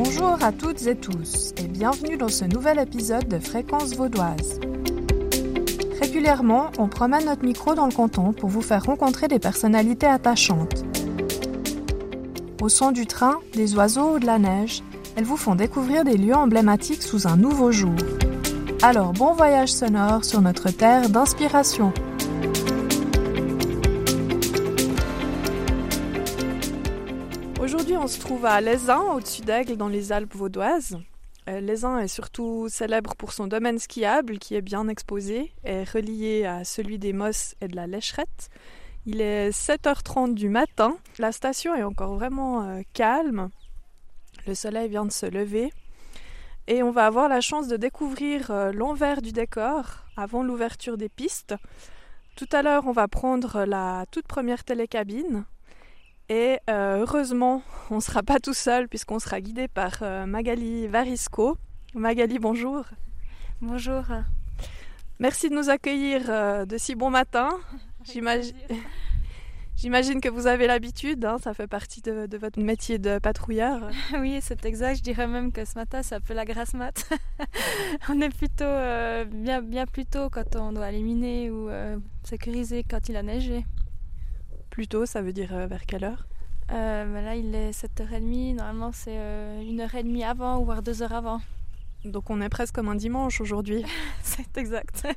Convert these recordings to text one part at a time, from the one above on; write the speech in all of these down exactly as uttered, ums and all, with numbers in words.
Bonjour à toutes et tous et bienvenue dans ce nouvel épisode de Fréquences Vaudoises. Régulièrement, on promène notre micro dans le canton pour vous faire rencontrer des personnalités attachantes. Au son du train, des oiseaux ou de la neige, elles vous font découvrir des lieux emblématiques sous un nouveau jour. Alors bon voyage sonore sur notre terre d'inspiration. Aujourd'hui, on se trouve à Lézin, au-dessus d'Aigle, dans les Alpes vaudoises. Euh, Lézin est surtout célèbre pour son domaine skiable, qui est bien exposé, et relié à celui des Mosses et de la Lécherette. Il est sept heures trente du matin. La station est encore vraiment euh, calme. Le soleil vient de se lever. Et on va avoir la chance de découvrir euh, l'envers du décor avant l'ouverture des pistes. Tout à l'heure, on va prendre la toute première télécabine. Et euh, heureusement, on ne sera pas tout seul puisqu'on sera guidé par euh, Magali Varisco. Magali, bonjour. Bonjour. Merci de nous accueillir euh, de si bon matin. J'imagine, j'imagine que vous avez l'habitude, hein, ça fait partie de, de votre métier de patrouilleur. Oui, c'est exact. Je dirais même que ce matin, c'est un peu la grasse mat. On est plutôt euh, bien, bien plus tôt quand on doit éliminer ou euh, sécuriser quand il a neigé. Plus tôt, ça veut dire euh, vers quelle heure ? euh, ben Là, il est sept heures trente. Normalement, c'est euh, une heure trente avant, ou voire deux heures avant. Donc on est presque comme un dimanche aujourd'hui. C'est exact.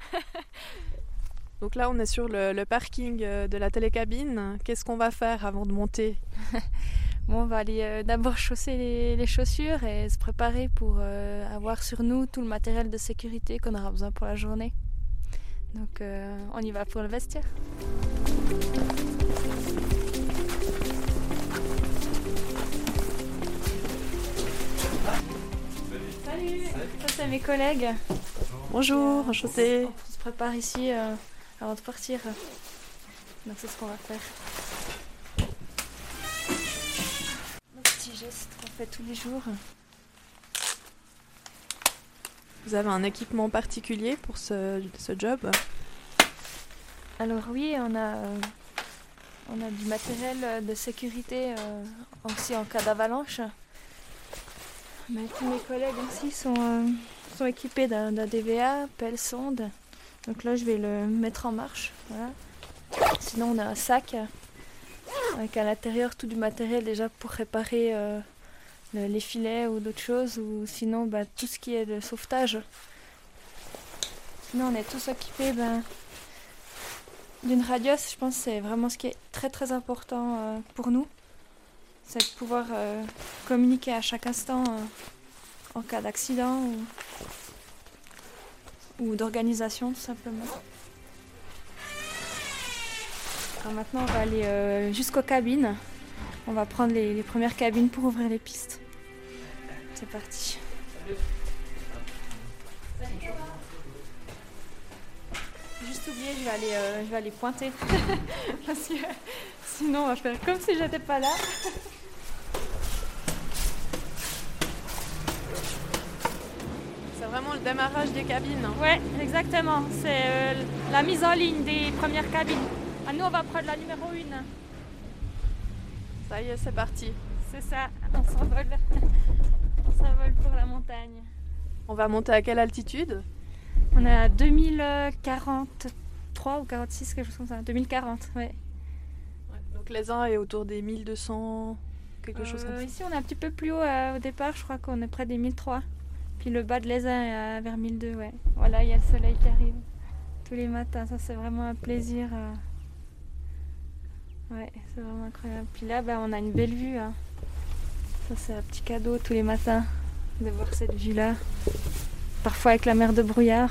Donc là, on est sur le, le parking de la télécabine. Qu'est-ce qu'on va faire avant de monter ? Bon, on va aller euh, d'abord chausser les, les chaussures et se préparer pour euh, avoir sur nous tout le matériel de sécurité qu'on aura besoin pour la journée. Donc euh, on y va pour le vestiaire. Salut, ça c'est mes collègues. Bonjour, euh, enchanté. On se prépare ici euh, avant de partir. Donc c'est ce qu'on va faire. Le petit geste qu'on fait tous les jours. Vous avez un équipement particulier pour ce, ce job ? Alors oui, on a, euh, on a du matériel de sécurité euh, aussi en cas d'avalanche. Mais tous mes collègues aussi sont, euh, sont équipés d'un, d'un D V A, pelle sonde. Donc là, je vais le mettre en marche. Voilà. Sinon, on a un sac avec à l'intérieur tout du matériel déjà pour réparer euh, le, les filets ou d'autres choses. Ou sinon, bah, tout ce qui est de sauvetage. Sinon, on est tous équipés ben, d'une radios. Je pense que c'est vraiment ce qui est très très important euh, pour nous. C'est de pouvoir euh, communiquer à chaque instant euh, en cas d'accident ou, ou d'organisation tout simplement. Alors maintenant on va aller euh, jusqu'aux cabines. On va prendre les, les premières cabines pour ouvrir les pistes. C'est parti. Juste oublié, je vais aller, euh, je vais aller pointer. Parce que sinon on va faire comme si j'étais pas là. C'est vraiment le démarrage des cabines. Ouais, exactement. C'est euh, la mise en ligne des premières cabines. Ah, nous, on va prendre la numéro un. Ça y est, c'est parti. C'est ça, on s'envole. On s'envole pour la montagne. On va monter à quelle altitude ? On est à deux mille quarante-trois ou quarante-six, quelque chose comme ça. deux mille quarante, ouais. Ouais, donc Lézin est autour des mille deux cents, quelque euh, chose comme ça. Ici, on est un petit peu plus haut euh, au départ. Je crois qu'on est près des mille trois. Puis le bas de Lézin est à vers mille deux, ouais. Voilà, il y a le soleil qui arrive tous les matins. Ça, c'est vraiment un plaisir. Euh... Ouais, c'est vraiment incroyable. Puis là, bah, on a une belle vue. Hein. Ça, c'est un petit cadeau tous les matins de voir cette vue-là. Parfois avec la mer de brouillard.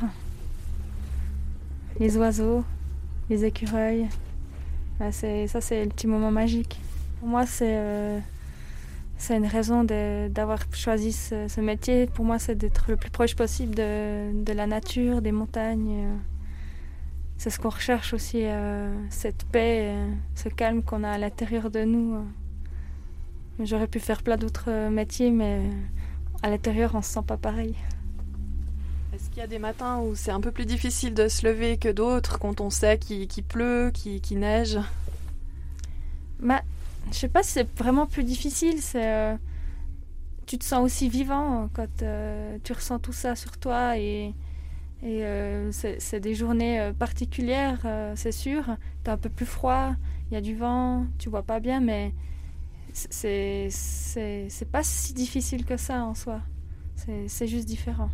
Les oiseaux, les écureuils. Bah, c'est... Ça, c'est le petit moment magique. Pour moi, c'est... Euh... C'est une raison de, d'avoir choisi ce, ce métier. Pour moi, c'est d'être le plus proche possible de, de la nature, des montagnes. C'est ce qu'on recherche aussi, euh, cette paix, euh, ce calme qu'on a à l'intérieur de nous. J'aurais pu faire plein d'autres métiers, mais à l'intérieur, on ne se sent pas pareil. Est-ce qu'il y a des matins où c'est un peu plus difficile de se lever que d'autres, quand on sait qu'il, qu'il pleut, qu'il, qu'il neige ? Bah, je sais pas si c'est vraiment plus difficile. C'est, euh, tu te sens aussi vivant quand euh, tu ressens tout ça sur toi et, et euh, c'est, c'est des journées euh, particulières, euh, c'est sûr. T'as un peu plus froid, il y a du vent, tu vois pas bien, mais c'est, c'est, c'est pas si difficile que ça en soi. C'est, c'est juste différent.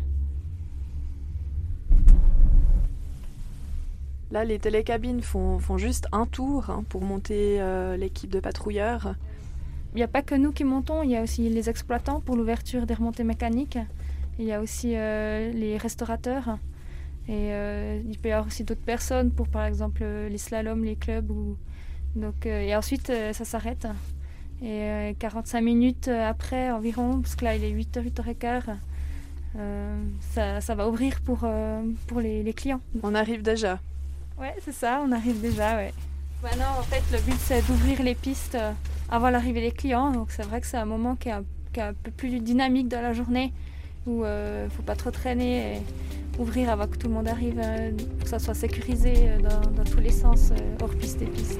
Là, les télécabines font, font juste un tour hein, pour monter euh, l'équipe de patrouilleurs. Il n'y a pas que nous qui montons, il y a aussi les exploitants pour l'ouverture des remontées mécaniques. Il y a aussi euh, les restaurateurs. Et euh, il peut y avoir aussi d'autres personnes pour par exemple les slaloms, les clubs. Ou... Donc, euh, et ensuite, euh, ça s'arrête. Et euh, quarante-cinq minutes après environ, parce que là il est huit heures, huit heures quinze, euh, ça, ça va ouvrir pour, euh, pour les, les clients. On arrive déjà. Ouais, c'est ça, on arrive déjà, ouais. Maintenant, en fait, le but c'est d'ouvrir les pistes avant l'arrivée des clients. Donc c'est vrai que c'est un moment qui est un, qui est un peu plus dynamique dans la journée, où il euh, ne faut pas trop traîner et ouvrir avant que tout le monde arrive, euh, pour que ça soit sécurisé euh, dans, dans tous les sens, euh, hors piste et piste.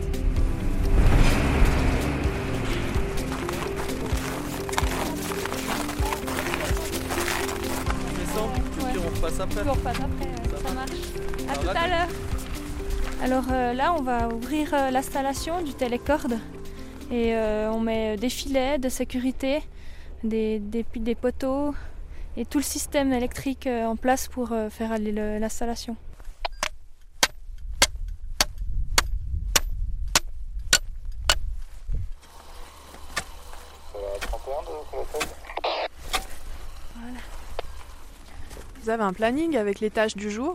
Ouais. On repasse après. On repasse après, ouais, ça, ça marche. À tout à l'heure. Alors euh, là, on va ouvrir euh, l'installation du télécorde et euh, on met des filets de sécurité, des, des, des poteaux et tout le système électrique euh, en place pour euh, faire aller le, l'installation. Voilà. Vous avez un planning avec les tâches du jour ?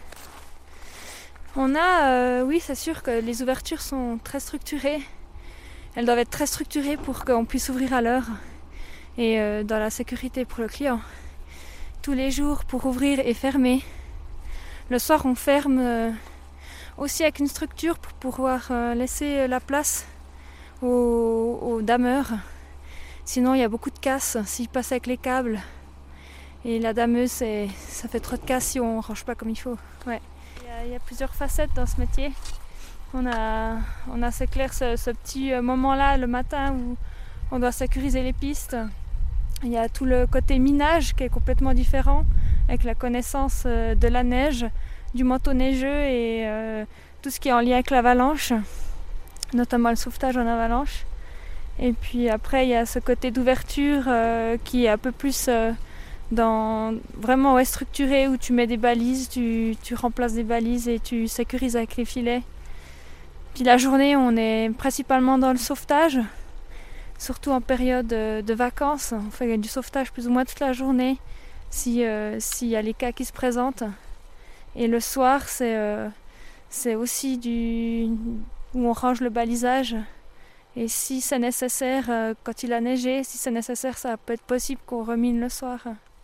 On a, euh, oui, c'est sûr que les ouvertures sont très structurées. Elles doivent être très structurées pour qu'on puisse ouvrir à l'heure et euh, dans la sécurité pour le client. Tous les jours pour ouvrir et fermer. Le soir, on ferme euh, aussi avec une structure pour pouvoir euh, laisser la place aux, aux dameurs. Sinon, il y a beaucoup de casse s'ils passent avec les câbles. Et la dameuse, c'est, ça fait trop de casse si on ne range pas comme il faut. Ouais. Il y a plusieurs facettes dans ce métier. On a, on a c'est clair ce, ce petit moment-là le matin où on doit sécuriser les pistes. Il y a tout le côté minage qui est complètement différent, avec la connaissance de la neige, du manteau neigeux et euh, tout ce qui est en lien avec l'avalanche, notamment le sauvetage en avalanche. Et puis après il y a ce côté d'ouverture euh, qui est un peu plus euh, dans vraiment ouais, structuré, où tu mets des balises, tu, tu remplaces des balises et tu sécurises avec les filets. Puis la journée, on est principalement dans le sauvetage, surtout en période de, de vacances. On fait du sauvetage plus ou moins toute la journée si, euh, s'il y a les cas qui se présentent. Et le soir, c'est, euh, c'est aussi du, où on range le balisage. Et si c'est nécessaire, euh, quand il a neigé, si c'est nécessaire, ça peut être possible qu'on remine le soir.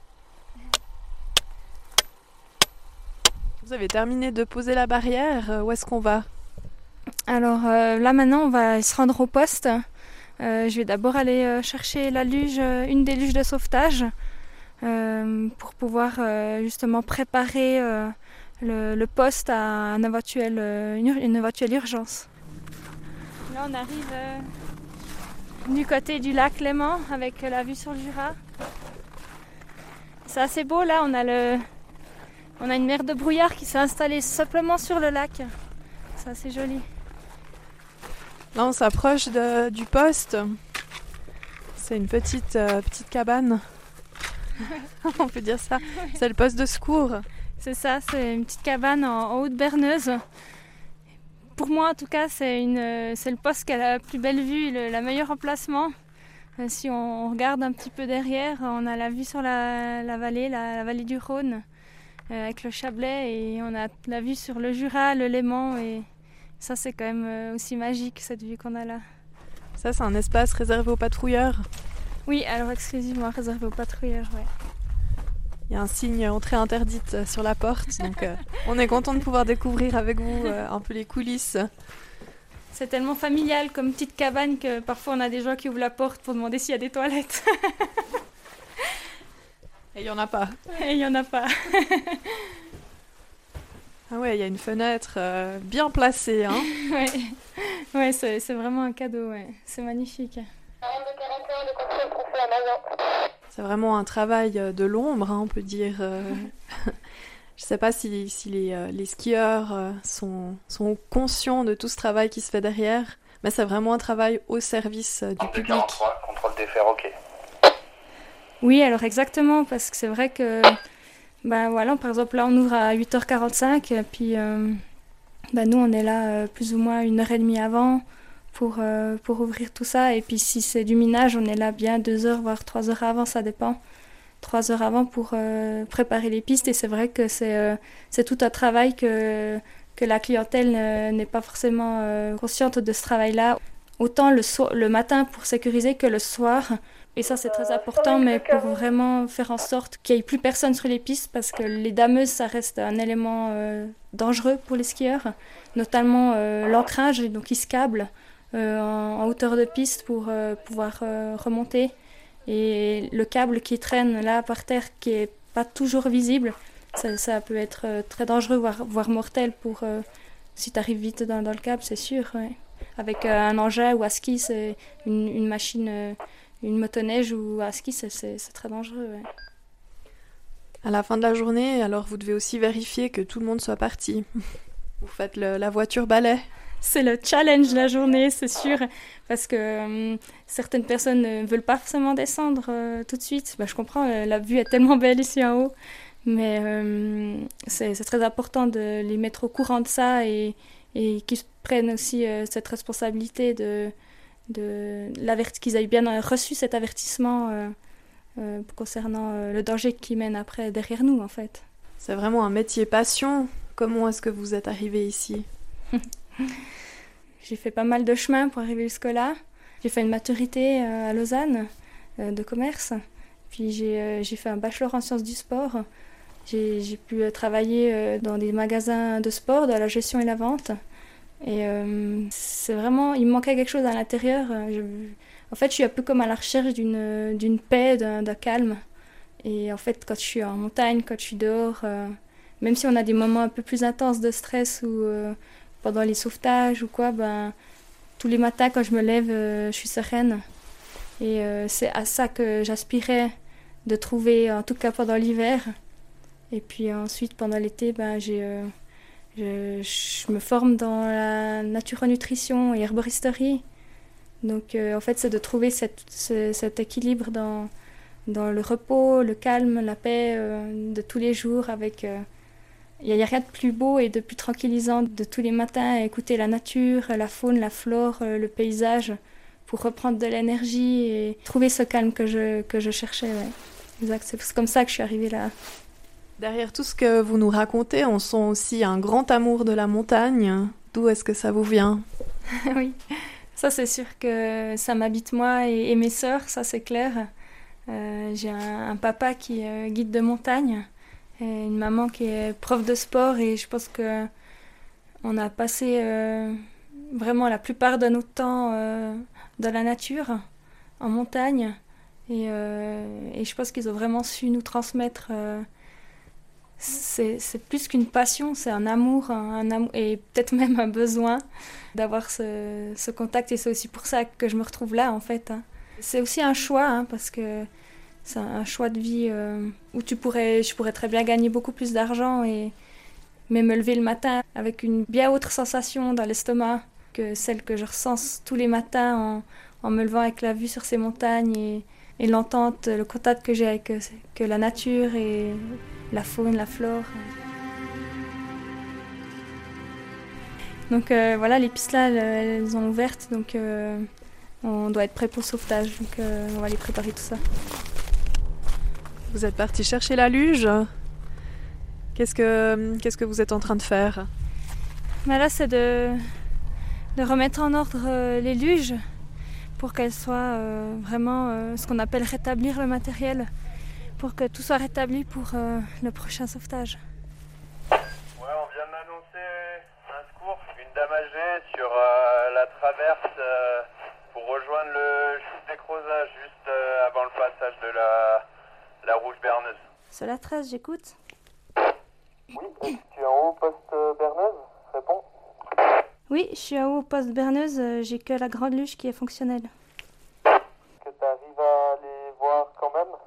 Vous avez terminé de poser la barrière, où est-ce qu'on va ? Alors euh, là maintenant on va se rendre au poste. Euh, je vais d'abord aller euh, chercher la luge, euh, une des luges de sauvetage euh, pour pouvoir euh, justement préparer euh, le, le poste à un éventuel, euh, une, une éventuelle urgence. Là on arrive euh, du côté du lac Léman avec la vue sur le Jura. C'est assez beau là, on a, le, on a une mer de brouillard qui s'est installée simplement sur le lac. C'est assez joli. Là, on s'approche de, du poste. C'est une petite, euh, petite cabane. On peut dire ça. C'est le poste de secours. C'est ça, c'est une petite cabane en, en haute berneuse. Pour moi, en tout cas, c'est, une, c'est le poste qui a la plus belle vue, le la meilleur emplacement. Euh, si on, on regarde un petit peu derrière, on a la vue sur la, la vallée, la, la vallée du Rhône, euh, avec le Chablais, et on a la vue sur le Jura, le Léman, et ça, c'est quand même aussi magique, cette vue qu'on a là. Ça, c'est un espace réservé aux patrouilleurs ? Oui, alors exclusivement réservé aux patrouilleurs, ouais. Il y a un signe entrée interdite sur la porte, donc euh, on est content de pouvoir découvrir avec vous euh, un peu les coulisses. C'est tellement familial comme petite cabane que parfois on a des gens qui ouvrent la porte pour demander s'il y a des toilettes. Et il n'y en a pas. Et il n'y en a pas. Ah ouais, il y a une fenêtre euh, bien placée. Hein. Ouais, ouais c'est, c'est vraiment un cadeau, ouais. C'est magnifique. de quarante et un de contrôle, contrôle à Mayan. C'est vraiment un travail de l'ombre, hein, on peut dire. Euh... Je ne sais pas si, si les, euh, les skieurs euh, sont, sont conscients de tout ce travail qui se fait derrière, mais c'est vraiment un travail au service euh, du public. quarante-trois, contrôle des fers, ok. Oui, alors exactement, parce que c'est vrai que, ben voilà, par exemple, là on ouvre à huit heures quarante-cinq, puis euh, ben nous on est là euh, plus ou moins une heure et demie avant pour, euh, pour ouvrir tout ça, et puis si c'est du minage, on est là bien deux heures, voire trois heures avant, ça dépend. Trois heures avant pour euh, préparer les pistes, et c'est vrai que c'est, euh, c'est tout un travail que, que la clientèle euh, n'est pas forcément euh, consciente de ce travail-là, autant le, so- le matin pour sécuriser que le soir, et ça c'est très important, mais pour vraiment faire en sorte qu'il n'y ait plus personne sur les pistes, parce que les dameuses ça reste un élément euh, dangereux pour les skieurs, notamment euh, l'ancrage, donc ils se câblent euh, en, en hauteur de piste pour euh, pouvoir euh, remonter. Et le câble qui traîne là par terre, qui est pas toujours visible, ça, ça peut être très dangereux, voire, voire mortel pour euh, si tu arrives vite dans, dans le câble, c'est sûr. Ouais. Avec euh, un engin ou à ski, c'est une, une machine, euh, une motoneige ou à ski, c'est, c'est, c'est très dangereux. Ouais. À la fin de la journée, alors vous devez aussi vérifier que tout le monde soit parti. Vous faites le, la voiture balai. C'est le challenge de la journée, c'est sûr, parce que euh, certaines personnes ne veulent pas forcément descendre euh, tout de suite. Bah, je comprends, euh, la vue est tellement belle ici en haut, mais euh, c'est, c'est très important de les mettre au courant de ça et, et qu'ils prennent aussi euh, cette responsabilité de, de l'averti- qu'ils aient bien reçu cet avertissement euh, euh, concernant euh, le danger qui mène après derrière nous, en fait. C'est vraiment un métier passion. Comment est-ce que vous êtes arrivé ici ? J'ai fait pas mal de chemin pour arriver jusque-là. J'ai fait une maturité euh, à Lausanne euh, de commerce. Puis j'ai, euh, j'ai fait un bachelor en sciences du sport. J'ai, j'ai pu euh, travailler euh, dans des magasins de sport, dans la gestion et la vente. Et euh, c'est vraiment, il me manquait quelque chose à l'intérieur. Je, en fait, je suis un peu comme à la recherche d'une, d'une paix, d'un, d'un calme. Et en fait, quand je suis en montagne, quand je suis dehors, euh, même si on a des moments un peu plus intenses de stress ou euh, pendant les sauvetages ou quoi, ben, tous les matins quand je me lève, euh, je suis sereine. Et euh, c'est à ça que j'aspirais de trouver, en tout cas pendant l'hiver. Et puis ensuite, pendant l'été, ben, j'ai, euh, je, je me forme dans la naturonutrition et herboristerie. Donc euh, en fait, c'est de trouver cette, ce, cet équilibre dans, dans le repos, le calme, la paix euh, de tous les jours avec... Euh, Il n'y a rien de plus beau et de plus tranquillisant de tous les matins écouter la nature, la faune, la flore, le paysage pour reprendre de l'énergie et trouver ce calme que je, que je cherchais. Ouais. Exact. C'est comme ça que je suis arrivée là. Derrière tout ce que vous nous racontez, on sent aussi un grand amour de la montagne. D'où est-ce que ça vous vient ? Oui, ça c'est sûr que ça m'habite moi et, et mes sœurs, ça c'est clair. Euh, j'ai un, un papa qui est guide de montagne. Et une maman qui est prof de sport et je pense que on a passé euh, vraiment la plupart de notre temps euh, dans la nature, en montagne et, euh, et je pense qu'ils ont vraiment su nous transmettre euh, c'est, c'est plus qu'une passion, c'est un amour, un, un amour et peut-être même un besoin d'avoir ce, ce contact et c'est aussi pour ça que je me retrouve là en fait. Hein. C'est aussi un choix hein, parce que c'est un choix de vie euh, où tu pourrais, je pourrais très bien gagner beaucoup plus d'argent, et, mais me lever le matin avec une bien autre sensation dans l'estomac que celle que je ressens tous les matins en, en me levant avec la vue sur ces montagnes et, et l'entente, le contact que j'ai avec que la nature et la faune, la flore. Donc euh, voilà, les pistes là, elles, elles ont ouvertes, donc euh, on doit être prêt pour le sauvetage, donc euh, on va les préparer tout ça. Vous êtes parti chercher la luge. Qu'est-ce que, qu'est-ce que vous êtes en train de faire ? Ben là, c'est de, de remettre en ordre euh, les luges pour qu'elles soient euh, vraiment euh, ce qu'on appelle rétablir le matériel, pour que tout soit rétabli pour euh, le prochain sauvetage. Ouais, on vient de m'annoncer un secours, une dame âgée sur euh, la traverse euh, pour rejoindre le chute des Crozats juste euh, avant le passage de la... La rouge berneuse. C'est la treize, j'écoute. Oui, est-ce que tu es en haut poste berneuse ? Réponds. Oui, je suis en haut poste berneuse, j'ai que la grande luge qui est fonctionnelle. Que tu arrives à les voir quand même ?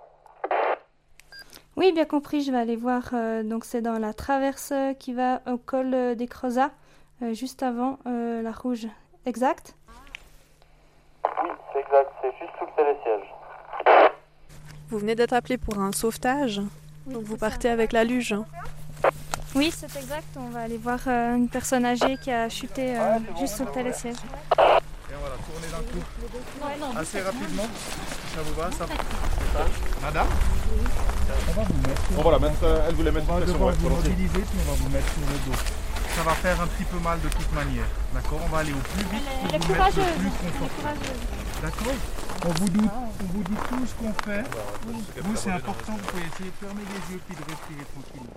Oui, bien compris, je vais aller voir. Euh, donc c'est dans la traverse qui va au col euh, des Creusats, euh, juste avant euh, la Rouge. Exact ? Oui, c'est exact, c'est juste sous le télésiège. Vous venez d'être appelé pour un sauvetage, Oui, donc vous c'est partez ça. avec la luge. hein. Oui, c'est exact. On va aller voir euh, une personne âgée qui a chuté euh, juste sous le télésiège. Et voilà, tournez d'un coup. Ouais, non, Assez rapidement. Ça vous va, ça Madame Bon voilà, mettre, euh, elle voulait mettre On va pression, devoir ouais, vous volontiers. mobiliser puis on va vous mettre sur le dos. Ça va faire un petit peu mal de toute manière. D'accord, on va aller au plus vite pour Elle est vous mettre courageuse. le plus Elle est confortable. courageuse. D'accord, on vous, dit, on vous dit tout ce qu'on fait. Vous, c'est important, vous pouvez essayer de fermer les yeux puis de respirer tranquille.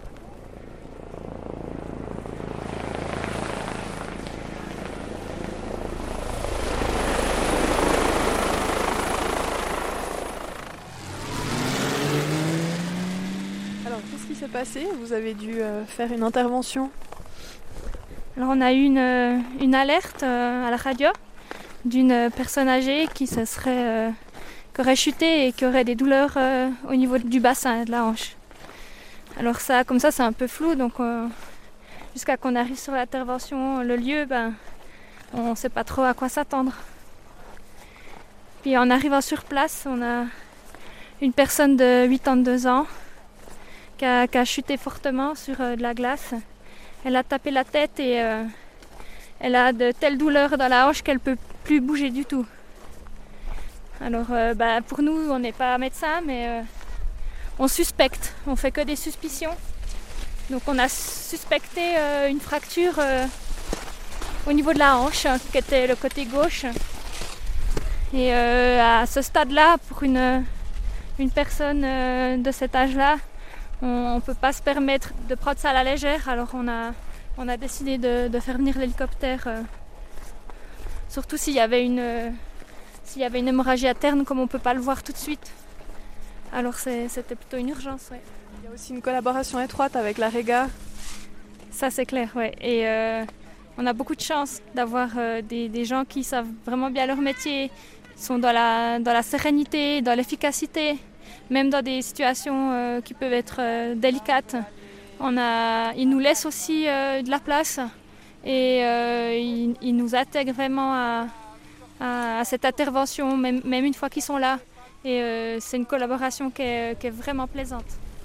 Alors, qu'est-ce qui s'est passé? Vous avez dû euh, faire une intervention. Alors on a eu une, euh, une alerte euh, à la radio d'une personne âgée qui se serait, euh, qui aurait chuté et qui aurait des douleurs euh, au niveau du bassin, de la hanche. Alors ça, comme ça, c'est un peu flou, donc euh, jusqu'à qu'on arrive sur l'intervention, le lieu, ben, on ne sait pas trop à quoi s'attendre. Puis en arrivant sur place, on a une personne de quatre-vingt-deux ans qui a, qui a chuté fortement sur euh, de la glace. Elle a tapé la tête et euh, elle a de telles douleurs dans la hanche qu'elle ne peut plus bouger du tout. Alors euh, bah, pour nous, on n'est pas médecin, mais euh, on suspecte, on fait que des suspicions. Donc on a suspecté euh, une fracture euh, au niveau de la hanche, hein, qui était le côté gauche. Et euh, à ce stade-là, pour une, une personne euh, de cet âge-là, on ne peut pas se permettre de prendre ça à la légère, alors on a, on a décidé de, de faire venir l'hélicoptère, euh, surtout s'il y avait une, euh, s'il y avait une hémorragie interne, comme on ne peut pas le voir tout de suite. Alors c'est, c'était plutôt une urgence, ouais. Il y a aussi une collaboration étroite avec la Réga. Ça c'est clair, ouais. Et euh, on a beaucoup de chance d'avoir euh, des, des gens qui savent vraiment bien leur métier, sont dans la, dans la sérénité, dans l'efficacité. Même dans des situations euh, qui peuvent être euh, délicates, on a, ils nous laissent aussi euh, de la place et euh, ils, ils nous intègrent vraiment à, à, à cette intervention, même, même une fois qu'ils sont là. Et euh, c'est une collaboration qui est, qui est vraiment plaisante.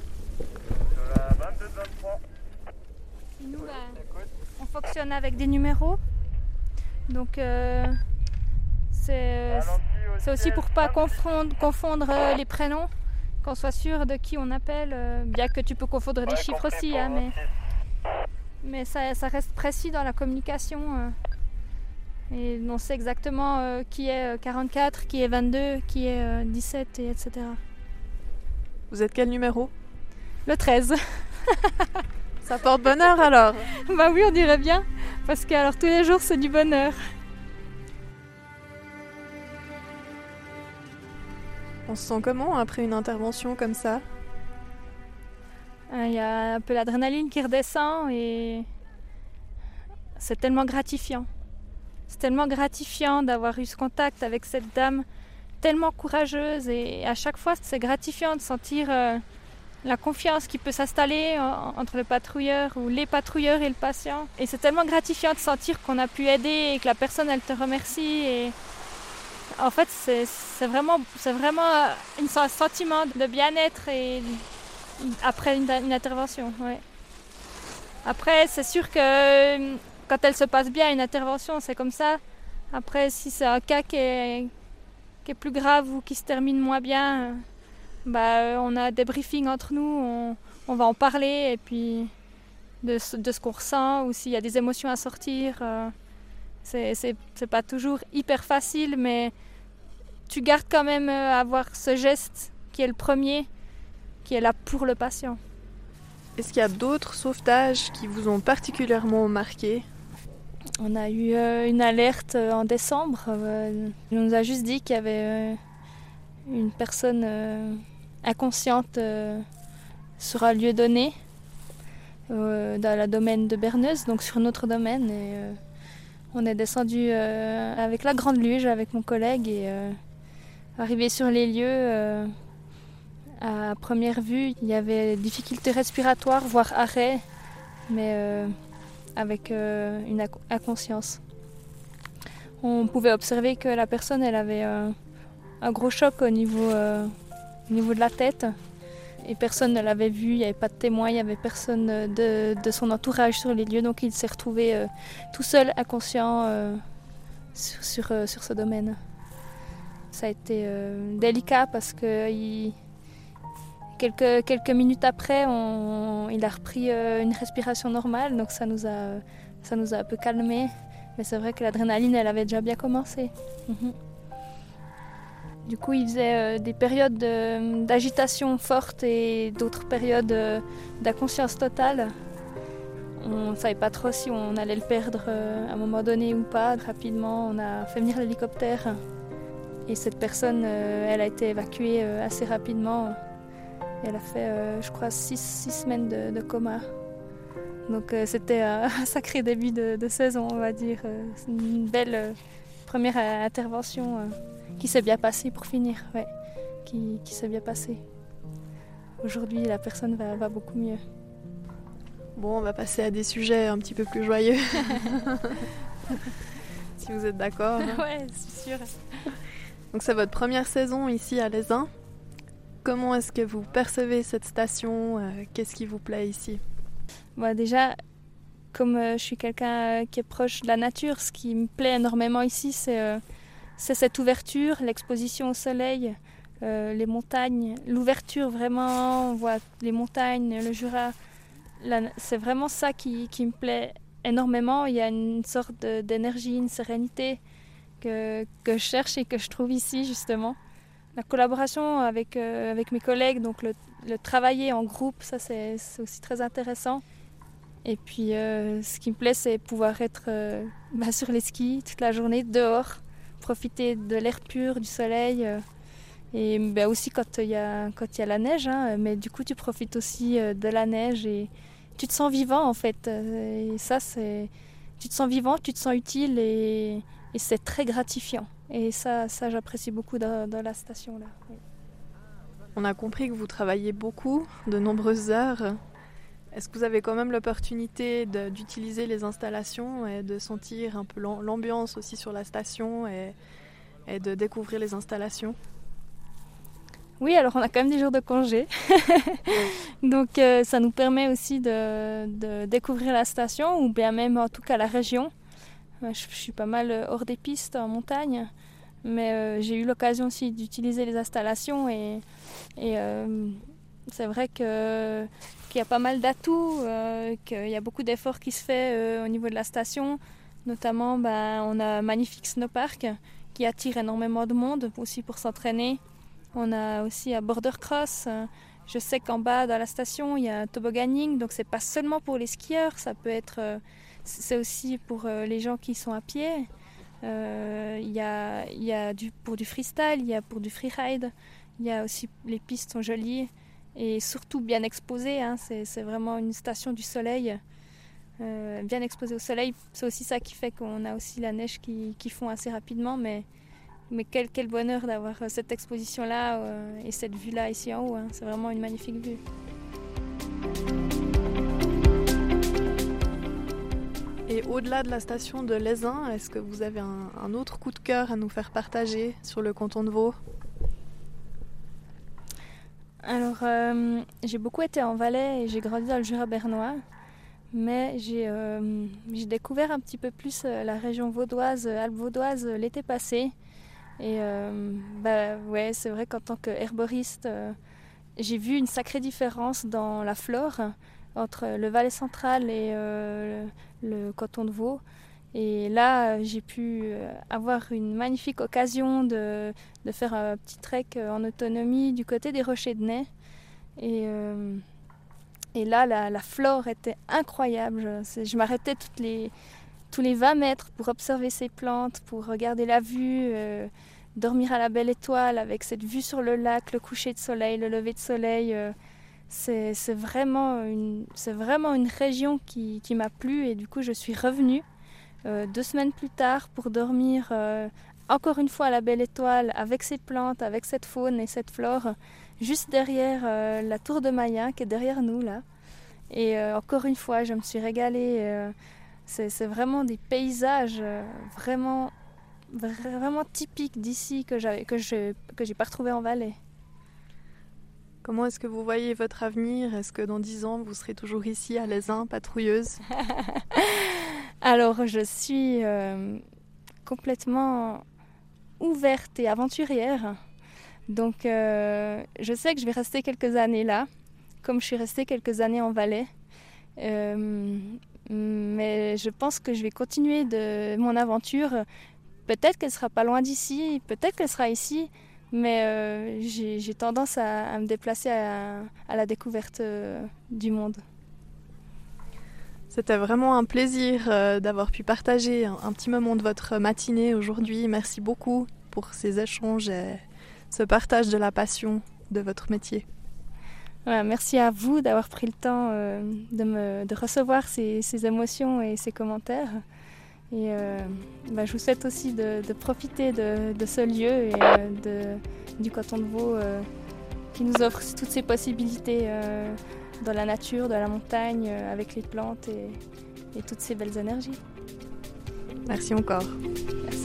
Et nous, là, on fonctionne avec des numéros, donc euh, c'est, c'est aussi pour ne pas confondre, confondre les prénoms. Qu'on soit sûr de qui on appelle, euh, bien que tu peux confondre des chiffres aussi, hein, mais, mais ça, ça reste précis dans la communication. Euh, et on sait exactement euh, qui est quarante-quatre, qui est vingt-deux, qui est euh, dix-sept, et etc. Vous êtes quel numéro? Le treize. Ça porte bonheur alors. Bah oui, on dirait bien, parce que alors tous les jours c'est du bonheur. On se sent comment après une intervention comme ça? Il y a un peu l'adrénaline qui redescend et c'est tellement gratifiant. C'est tellement gratifiant d'avoir eu ce contact avec cette dame tellement courageuse et à chaque fois c'est gratifiant de sentir euh, la confiance qui peut s'installer en, entre le patrouilleur ou les patrouilleurs et le patient. Et c'est tellement gratifiant de sentir qu'on a pu aider et que la personne elle te remercie. Et en fait, c'est, c'est, vraiment, c'est vraiment un sentiment de bien-être et, après une, une intervention. Ouais. Après, c'est sûr que quand elle se passe bien, une intervention, c'est comme ça. Après, si c'est un cas qui est, qui est plus grave ou qui se termine moins bien, bah, on a des briefings entre nous, on, on va en parler et puis de, de ce qu'on ressent ou s'il y a des émotions à sortir. Euh, C'est, c'est, c'est pas toujours hyper facile, mais tu gardes quand même à avoir ce geste qui est le premier, qui est là pour le patient. Est-ce qu'il y a d'autres sauvetages qui vous ont particulièrement marqué? On a eu euh, une alerte euh, en décembre. Euh, on nous a juste dit qu'il y avait euh, une personne euh, inconsciente euh, sur un lieu donné, euh, dans le domaine de Berneuse, donc sur notre domaine. Et, euh, on est descendu euh, avec la grande luge, avec mon collègue, et euh, arrivé sur les lieux, euh, À première vue, il y avait difficultés respiratoires, voire arrêt, mais euh, avec euh, une inconscience. On pouvait observer que la personne elle avait euh, un gros choc au niveau, euh, au niveau de la tête. Et personne ne l'avait vu, il n'y avait pas de témoin, il n'y avait personne de, de son entourage sur les lieux. Donc il s'est retrouvé euh, tout seul, inconscient euh, sur, sur, euh, sur ce domaine. Ça a été euh, délicat parce que il, quelques, quelques minutes après, on, il a repris euh, une respiration normale. Donc ça nous a, ça nous a un peu calmés. Mais c'est vrai que l'adrénaline, elle avait déjà bien commencé. Mmh. Du coup, il faisait euh, des périodes de, d'agitation forte et d'autres périodes euh, d'inconscience totale. On ne savait pas trop si on allait le perdre euh, à un moment donné ou pas. Rapidement, on a fait venir l'hélicoptère. Et cette personne, euh, elle a été évacuée euh, assez rapidement. Elle a fait, euh, je crois, six, six semaines de, de coma. Donc euh, c'était euh, un sacré début de, de saison, on va dire. Euh, une belle euh, première euh, intervention. Euh. Qui s'est bien passé pour finir, ouais, qui, qui s'est bien passé. Aujourd'hui, la personne va, va beaucoup mieux. Bon, on va passer à des sujets un petit peu plus joyeux. Si vous êtes d'accord. Hein. Ouais, c'est sûr. Donc c'est votre première saison ici à Lézin. Comment est-ce que vous percevez cette station ? Qu'est-ce qui vous plaît ici ? Bon, déjà, comme euh, je suis quelqu'un qui est proche de la nature, ce qui me plaît énormément ici, c'est... Euh, C'est cette ouverture, l'exposition au soleil, euh, les montagnes, l'ouverture vraiment, on voit les montagnes, le Jura. La, c'est vraiment ça qui, qui me plaît énormément. Il y a une sorte de, d'énergie, une sérénité que, que je cherche et que je trouve ici justement. La collaboration avec, euh, avec mes collègues, donc le, le travailler en groupe, ça c'est, c'est aussi très intéressant. Et puis euh, ce qui me plaît, c'est pouvoir être euh, bah, sur les skis toute la journée, dehors. Profiter de l'air pur, du soleil euh, et ben aussi quand il y a quand il y a la neige, hein, mais du coup tu profites aussi euh, de la neige et tu te sens vivant en fait. Et ça c'est, tu te sens vivant, tu te sens utile et, et c'est très gratifiant. Et ça, ça j'apprécie beaucoup dans, dans la station là. Oui. On a compris que vous travaillez beaucoup, de nombreuses heures. Est-ce que vous avez quand même l'opportunité de, d'utiliser les installations et de sentir un peu l'ambiance aussi sur la station et, et de découvrir les installations ? Oui, alors on a quand même des jours de congé. Donc euh, ça nous permet aussi de, de découvrir la station ou bien même en tout cas la région. Je, je suis pas mal hors des pistes en montagne, mais euh, j'ai eu l'occasion aussi d'utiliser les installations et, et euh, c'est vrai que, qu'il y a pas mal d'atouts, euh, qu'il y a beaucoup d'efforts qui se fait euh, au niveau de la station. Notamment, ben, on a un magnifique snowpark qui attire énormément de monde aussi pour s'entraîner. On a aussi un border cross. Je sais qu'en bas dans la station, il y a un tobogganing, donc c'est pas seulement pour les skieurs, ça peut être, euh, c'est aussi pour euh, les gens qui sont à pied. Euh, il y a, il y a du, pour du freestyle, il y a pour du freeride. Il y a aussi, les pistes sont jolies. Et surtout bien exposé, hein, c'est, c'est vraiment une station du soleil, euh, bien exposée au soleil. C'est aussi ça qui fait qu'on a aussi la neige qui, qui fond assez rapidement, mais, mais quel, quel bonheur d'avoir cette exposition-là euh, et cette vue-là ici en haut, hein. C'est vraiment une magnifique vue. Et au-delà de la station de Lézin, est-ce que vous avez un, un autre coup de cœur à nous faire partager sur le canton de Vaud ? Alors, euh, j'ai beaucoup été en Valais et j'ai grandi dans le Jura bernois, mais j'ai, euh, j'ai découvert un petit peu plus la région vaudoise, Alpes vaudoises l'été passé. Et euh, bah, ouais, c'est vrai qu'en tant qu'herboriste, euh, j'ai vu une sacrée différence dans la flore entre le Valais central et euh, le, le canton de Vaud. Et là, j'ai pu avoir une magnifique occasion de, de faire un petit trek en autonomie du côté des Rochers de Naye. Et, euh, et là, la, la flore était incroyable. Je, je m'arrêtais toutes les, tous les vingt mètres pour observer ces plantes, pour regarder la vue, euh, dormir à la belle étoile avec cette vue sur le lac, le coucher de soleil, le lever de soleil. Euh, c'est, c'est, vraiment une, c'est vraiment une région qui, qui m'a plu et du coup, je suis revenue. Euh, deux semaines plus tard pour dormir euh, encore une fois la belle étoile avec ses plantes, avec cette faune et cette flore, juste derrière euh, la tour de Mayen qui est derrière nous là. Et euh, encore une fois, je me suis régalée. Euh, c'est, c'est vraiment des paysages euh, vraiment, vraiment typiques d'ici que j'avais, que je, que j'ai pas retrouvé en Valais. Comment est-ce que vous voyez votre avenir? Est-ce que dans dix ans, vous serez toujours ici à l'Aisin, patrouilleuse? Alors, je suis euh, complètement ouverte et aventurière. Donc, euh, je sais que je vais rester quelques années là, comme je suis restée quelques années en Valais. Euh, mais je pense que je vais continuer de mon aventure. Peut-être qu'elle sera pas loin d'ici, peut-être qu'elle sera ici. Mais euh, j'ai, j'ai tendance à, à me déplacer à, à la découverte euh, du monde. C'était vraiment un plaisir euh, d'avoir pu partager un, un petit moment de votre matinée aujourd'hui. Merci beaucoup pour ces échanges et ce partage de la passion de votre métier. Voilà, merci à vous d'avoir pris le temps euh, de, me, de recevoir ces, ces émotions et ces commentaires. Et euh, bah, je vous souhaite aussi de, de profiter de, de ce lieu et euh, de, du canton de Vaud euh, qui nous offre toutes ces possibilités euh, dans la nature, dans la montagne, euh, avec les plantes et, et toutes ces belles énergies. Merci encore. Merci.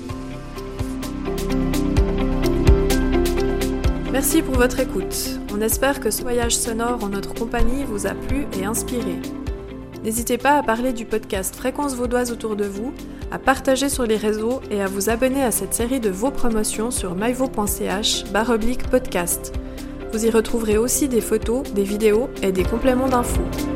Merci pour votre écoute. On espère que ce voyage sonore en notre compagnie vous a plu et inspiré. N'hésitez pas à parler du podcast Fréquences Vaudoises autour de vous, à partager sur les réseaux et à vous abonner à cette série de Vaud promotions sur myvaud point c h barre oblique podcast. Vous y retrouverez aussi des photos, des vidéos et des compléments d'infos.